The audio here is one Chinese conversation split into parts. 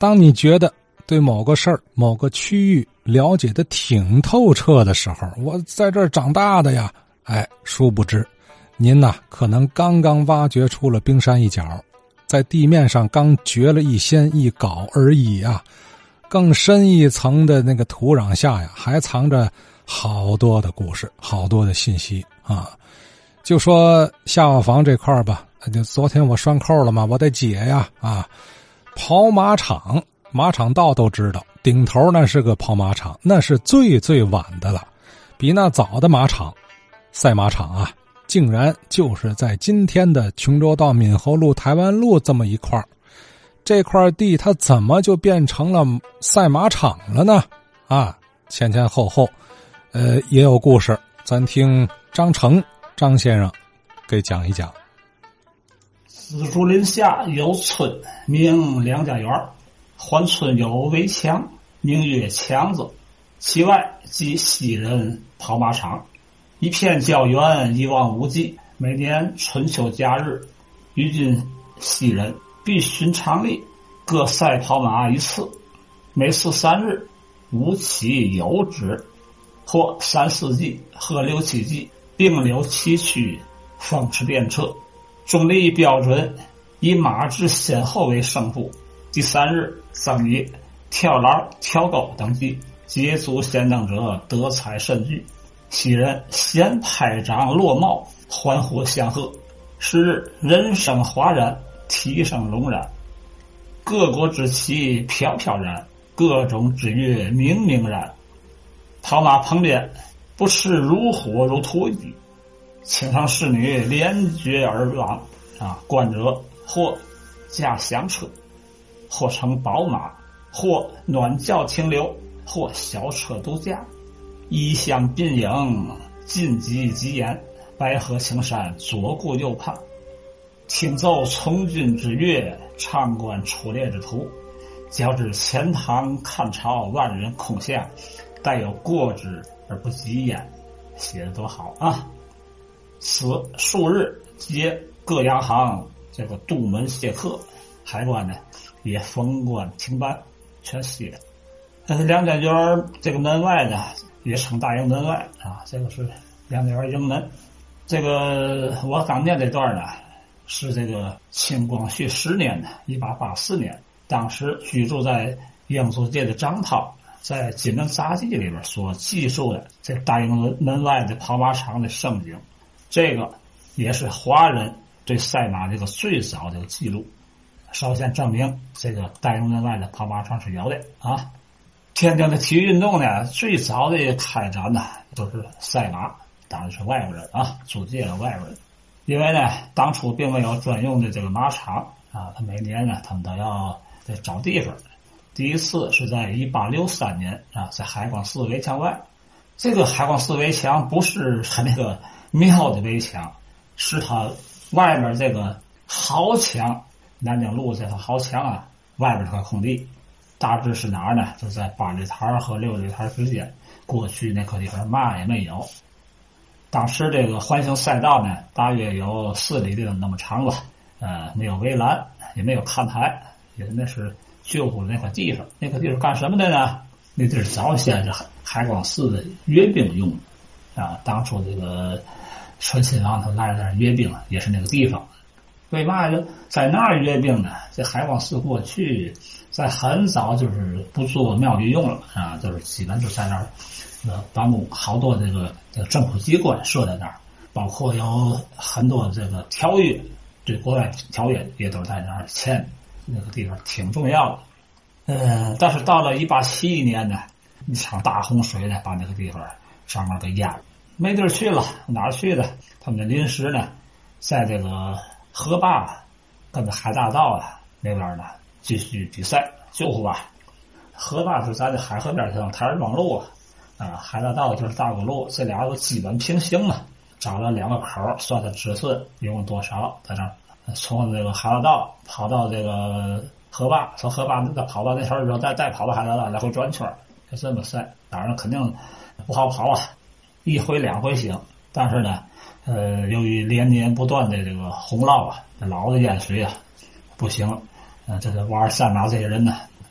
当你觉得对某个事儿、某个区域了解的挺透彻的时候，我在这儿长大的呀，殊不知您呐，可能刚刚挖掘出了冰山一角，在地面上刚掘了一仙一镐而已啊。更深一层的那个土壤下呀，还藏着好多的故事，好多的信息啊。就说下瓦房这块吧，就昨天我拴扣了嘛，我得解呀啊。跑马场，马场道都知道，顶头那是个跑马场，那是最最晚的了。比那早的马场，赛马场啊，竟然就是在今天的琼州道闽侯路台湾路这么一块。这块地它怎么就变成了赛马场了呢？啊，前前后后也有故事，咱听张成张先生给讲一讲。 紫竹林下有村名梁家园，环村有围墙名曰墙子，其外即西人跑马场，一片郊原一望无际。每年春秋假日，于今西人必寻常例，各赛跑马一次，每次3日，无期有之，或3、4季，或6、7季，并留崎岖，风驰电掣。中立标准以马至先后为胜负。第3日增以跳栏、跳钩等技，捷足先登者得彩甚巨。西人先拍掌落帽，欢呼相贺。是日人声哗然，蹄声隆然，各国之旗飘飘然，各种之乐冥冥然。跑马旁边，不是如火如荼一，青上侍女连绝而往啊！观者或驾香车，或乘宝马，或暖轿停留，或小车度假，衣香鬓影，尽极急言，白河青山左顾右盼，听奏从军之乐，畅观出猎之图，较之钱塘看潮，万人空巷，带有过之而不及焉。写得多好啊！此数日皆各洋行这个渡门谢客，海关呢也封关停办，全歇。但是梁家园这个门外呢，也称大营门外啊，这个是梁家园营门。这个我刚念这段呢，是这个清光绪10年的1884年，当时居住在英租界的张涛在《金门杂记》里边所记述的这大营门外的跑马场的盛景。这个也是华人对赛马这个最早的记录，首先证明这个大营门外的跑马场是有的啊。天津的体育运动呢，最早的开展呢都是赛马，当然是外国人啊，租借了外国人。因为呢，当初并没有专用的这个马场啊，他每年呢，他们都要找地方。第一次是在1863年啊，在海光寺围墙外。这个海光寺围墙不是他那个庙的围墙，是他外面这个壕墙，南京路这套壕墙啊，外边这块空地，大致是哪儿呢？就在8里台和6里台之间。过去那块地方嘛也没有。当时这个环形赛道呢，大约有4里的那么长吧，没有围栏，也没有看台，也那是旧乎的那块地方。那块地方干什么的呢？那地儿早先是海光寺的阅兵用的啊。当初这个醇亲王他来那儿阅兵，也是那个地方。为嘛就在那儿阅兵呢？这海光寺过去在很早就是不做庙宇用了啊，就是基本就在那儿。把好多这个政府机关设在那儿，包括有很多这个条约，对国外条约也都在那儿签，那个地方挺重要的。但是到了1871年呢，一场大洪水呢，把那个地方上面给淹了，没地儿去了，哪儿去的？他们的临时呢，在这个河坝跟着海大道啊那边呢继续比赛救护吧。河坝是咱这海河边上台儿庄路啊，海大道就是大沽路，这俩都基本平行了。找了2个口，算算尺寸一共多少，在那儿从这个海大道跑到这个河坝，从河坝再跑到那头之后，再跑到海大道，来回转圈，就这么赛。当然肯定不好跑啊，1回2回行。但是呢，由于连年不断的这个洪涝啊，老的淹水啊，不行。这个玩赛马这些人呢，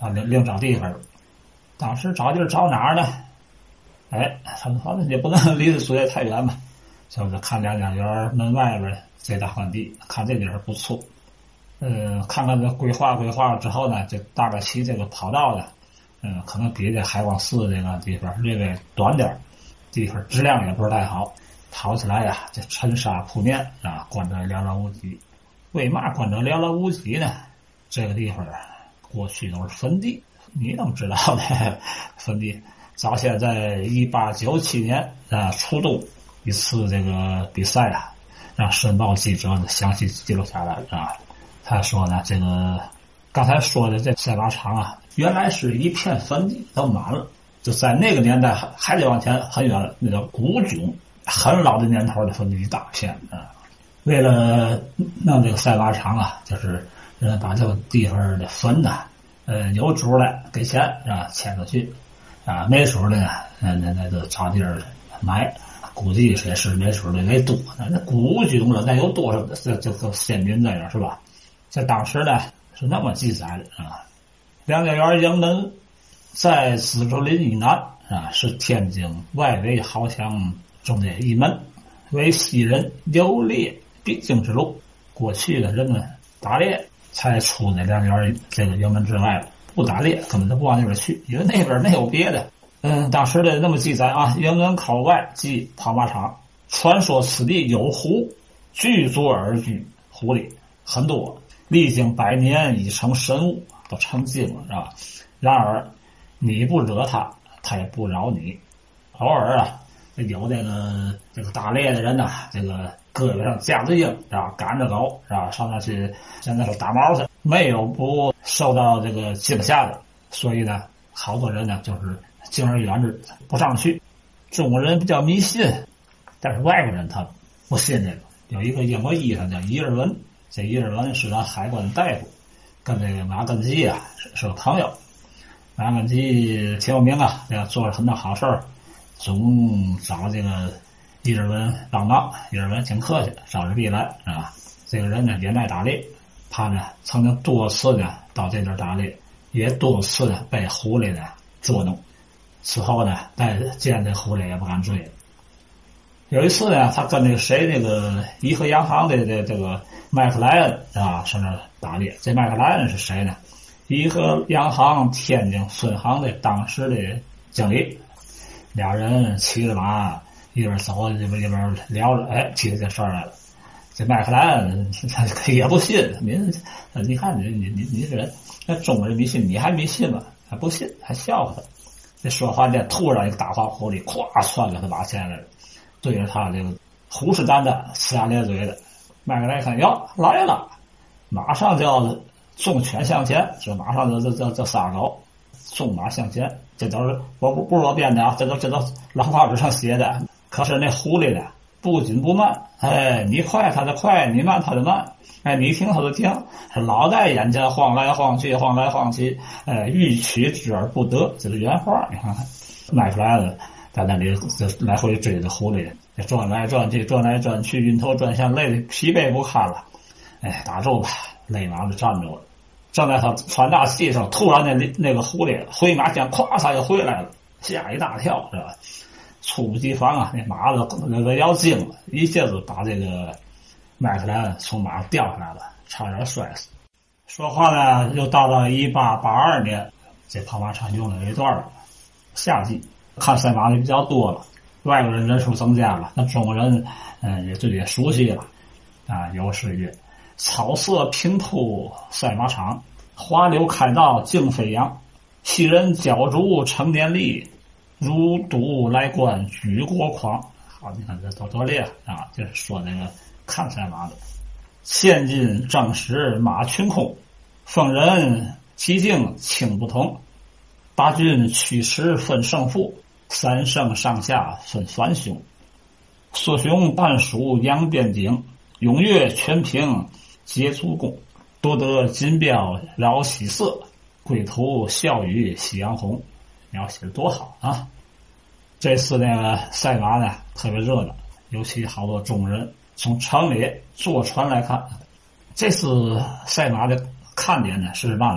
啊，另找地方。当时找地儿找哪儿呢？哎，他们反正也不能离得水也太远嘛，就是看梁家园门外边这大荒地，看这地儿不错。看看这规划之后呢，就大概骑这个跑道的，可能比这海光寺这个地方略微短点，地方质量也不是太好，跑起来呀，这尘沙扑面啊，观者寥寥无几。为嘛观者寥寥无几呢？这个地方过去都是坟地，你怎么知道的？坟地早先在1897年啊初度一次这个比赛啊，让申报记者详细记录下来啊。他说呢，这个刚才说的这赛马场啊，原来是一片坟地都满了，就在那个年代还得往前很远，那叫古冢，很老的年头的坟地一大片啊。为了弄这个赛马场啊，就是把这个地方的坟呢，有主的给钱啊，迁出去啊，没主的呢，那就找地儿买。估计也是没主的为多，那古冢了，那有多少这个先民在这是吧？在当时呢是那么记载的啊。梁家园营门在紫竹林以南啊，是天津外围豪强中的一门，为西人游猎必经之路。过去的人们打猎才出那梁家园这个营门之外，不打猎根本就不往那边去，因为那边没有别的。当时的那么记载啊，营门口外即跑马场，传说此地有狐，聚作而居，狐狸很多，历经100年已成神物，都成精了，是吧？然而你不惹他，他也不饶你。偶尔啊，有这个打猎的人呢，这个胳膊上架着鹰，是吧？赶着狗，是吧？上那去现在是打毛去，没有不受到这个惊吓的。所以呢，好多人呢就是敬而远之，不上去。中国人比较迷信，但是外国人他不信这个。有一个英国医生叫伊尔文，这伊尔文是咱海关大夫，跟这个马根基啊是个朋友。马根基挺有名啊，做了很多好事儿，总找这个伊尔文帮忙。伊尔文挺客气，找着必来啊。这个人呢也爱打猎，他呢曾经多次呢到这边打猎，也多次呢被狐狸呢捉弄。此后呢，再见这狐狸也不敢追了。有一次呢，他跟那个颐和洋行的这个麦克莱恩啊上那打猎。这麦克莱恩是谁呢？颐和洋行天津分行的当时的经理。俩人骑着马一边走一边聊着，哎，提起这事儿来了。这麦克莱恩也不信，你看你这人，那中国人迷信，你还迷信吗？还不信，还笑话他。这说话间，突然一个大黄狐狸咵窜到他马前来了，对着他这个虎视眈眈、呲牙咧嘴的。麦克莱看，哟，来了，马上就要纵犬向前，这马上就撒狗，纵马向前。这都是不是我编的啊，这都老报纸上写的。可是那狐狸呢，不紧不慢，哎，你快他就快，你慢他就慢，哎，你停他就停，老在眼前晃来晃去，晃来晃去，哎，欲取之而不得，这是原话。你看看，卖出来了，在那里就来回追着狐狸，转来转去，转来转去，晕头转向，累得疲惫不堪了。哎，打住吧，累马就站住了。正在他喘大气的时候，突然那个狐狸回马枪咵嚓就回来了，吓一大跳，是吧？猝不及防啊，那马子要惊了，一下子把这个麦克莱恩从马上掉下来了，差点摔死。说话呢，又到了1882年，这跑马场用了一段了。夏季看赛马的比较多了，外国人人数增加了，那中国人也熟悉了啊。有诗曰：草色平铺赛马场，花柳开道竞飞扬。昔人角逐成年力，如赌来观举国狂。好，你看这多厉害啊！就是说那个看赛马的。现今正时马群空，逢人其境轻不同。八军驱驰分胜负，三胜上下分繁凶。缩雄半属扬边境，踊跃全凭皆足弓。夺得金标绕西色，归途笑语夕阳红。描写的多好啊！这次那个赛马呢特别热闹，尤其好多中国人从城里坐船来看。这次赛马的看点呢是嘛呢？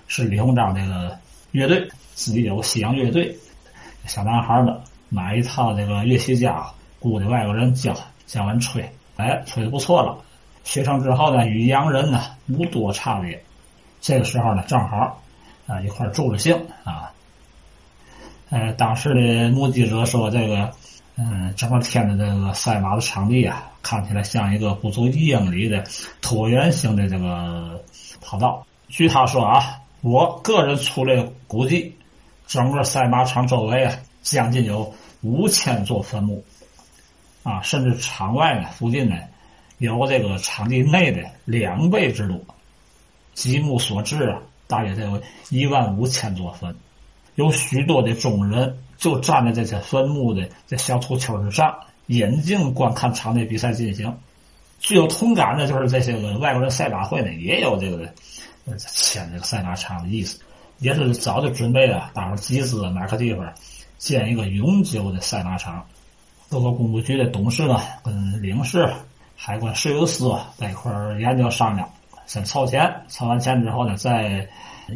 是李鸿章这个乐队，自己有西洋乐队，小男孩们买一套这个乐器架，雇的外国人教完吹，吹得不错了。学成之后呢，与洋人呢无多差别。这个时候呢，正好一块助了兴啊。当时的目击者说，这个整个天的这个赛马的场地啊，看起来像一个不足1英里的椭圆形的这个跑道。据他说啊，我个人粗略估计，整个赛马场周围啊，将近有5000座坟墓啊，甚至场外呢附近呢有这个场地内的2倍之多。积木所致啊，大约得有15000座坟。有许多的中人就站在这些坟墓的这小土丘之上，引颈观看场内比赛进行。具有同感的就是这些个外国人赛马会呢，也有这个签这个赛马场的意思，也是早就准备了，大伙集资买个地方建一个永久的赛马场。各个工部局的董事们跟领事、海关税务司在一块研究商量，先凑钱，凑完钱之后呢，在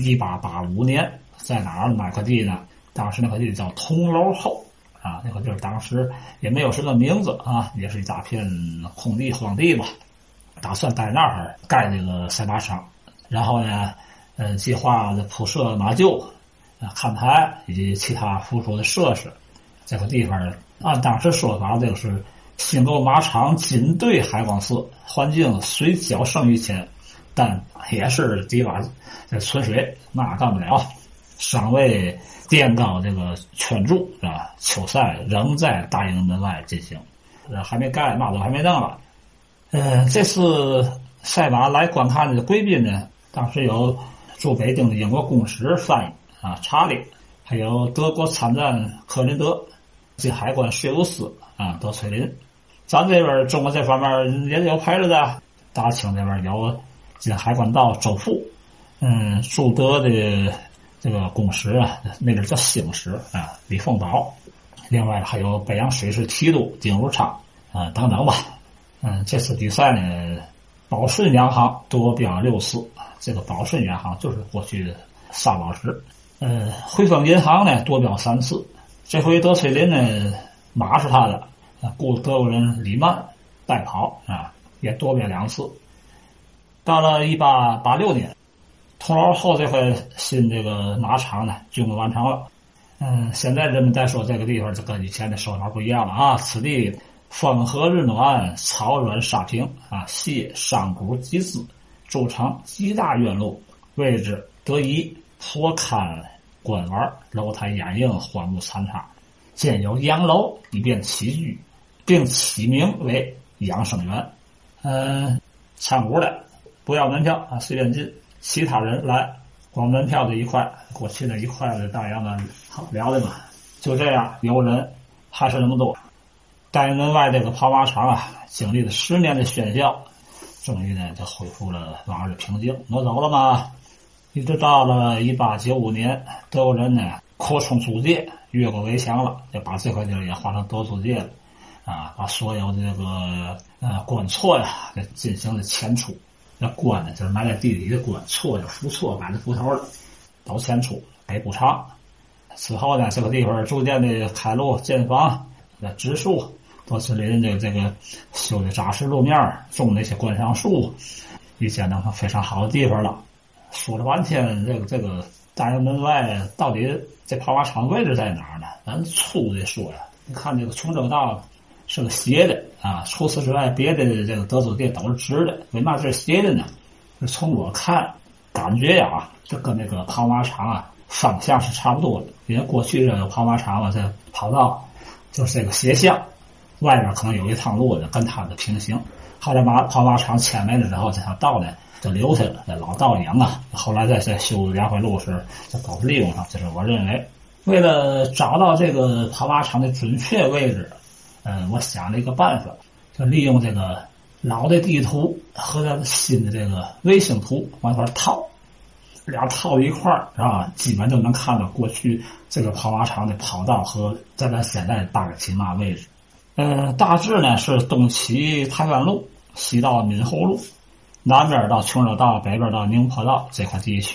1885年在哪儿买块地呢？当时那块地叫铜楼后啊，那块地当时也没有什么名字啊，也是一大片空地荒地吧。打算在那儿盖这个赛马场，然后呢，计划铺设马厩、看台以及其他附属的设施。这个地方按当时说法，这个是新购马场仅对海光寺，环境虽较胜于前，但也是低洼这存水，那干不了。尚未垫高这个圈柱啊，球赛仍在大营门外进行，还没盖，马都还没弄了。这次赛马来观看的贵宾呢，当时有驻北京的英国公使翻译啊查理，还有德国参战克林德及海关税务司啊德崔林。咱这边中国这方面也有派了的，大清这边有进海关道周副，驻德的这个公使啊，那个叫兴使啊，李凤宝。另外还有北洋水师提督丁汝昌啊等等吧。这次比赛呢，宝顺洋行夺标6次，这个宝顺洋行就是过去的沙宝石。汇丰银行呢夺标3次，这回德崔林呢马是他的，雇德国人李曼代跑啊，也夺标2次。到了1886年，铜楼后这回新这个马场呢竣工完成了。现在人们在说这个地方就跟以前的说法不一样了啊，此地风和日暖，草软沙平啊，系上古集资，筑成极大院落，位置得宜所看观玩，楼台掩映，荒木残差，建有洋楼以便起居，并起名为养生园。参股的不要门票啊，随便进。其他人来光门票的1块，过去的1块的大洋们好聊的嘛。就这样，游人还是那么多。大营门外这个跑马场啊，经历了10年的喧嚣，终于呢就恢复了往日平静。挪走了嘛，一直到了1895年，德国人呢扩充租界，越过围墙了，就把这块地也划成德租界了啊，把所有的这个官错呀进行了迁出。那官呢就是埋在地里的官，错就扶错，埋在斧头的，都迁出给补偿。此后呢，这个地方逐渐的开路建房，植树，多次林这个修的扎实路面，种那些观赏树，一见到非常好的地方了。说了半天，这个大营门外到底这跑马场位置在哪儿呢？咱粗的说呀，你看这个崇正道是个斜的啊，除此之外，别的这个德租界都是直的。为嘛是斜的呢？是从我看感觉呀，这跟那个跑马场啊方向是差不多的。因为过去这个跑马场啊，这跑道就是这个斜向，外边可能有一趟路的跟它的平行。后来跑马场迁没了之后，这条道呢就留下了，这老道影啊。后来再修两回路时，就都是利用上。这是我认为，为了找到这个跑马场的准确位置。我想了一个办法，就利用这个老的地图和咱们新的这个卫星图往一块套，俩套一块儿啊，基本就能看到过去这个跑马场的跑道和在咱现在大概起码位置。大致呢是东起台湾路，西到闽侯路，南边到琼州道，北边到宁波道这块地区。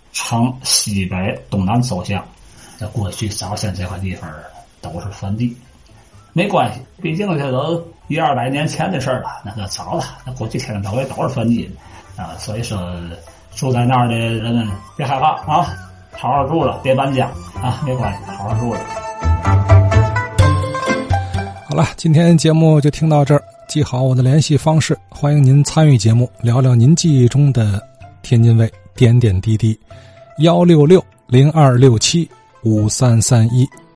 呈西北东南走向。这过去早先这块地方都是坟地，没关系，毕竟这都100-200年前的事了，那个早了，那过去天南周围都是坟地啊，所以说住在那儿的人们别害怕啊，好好住了，别搬家啊，没关系，好好住了。 好了，今天节目就听到这儿，记好我的联系方式，欢迎您参与节目，聊聊您记忆中的天津卫点点滴滴，166-0267-5331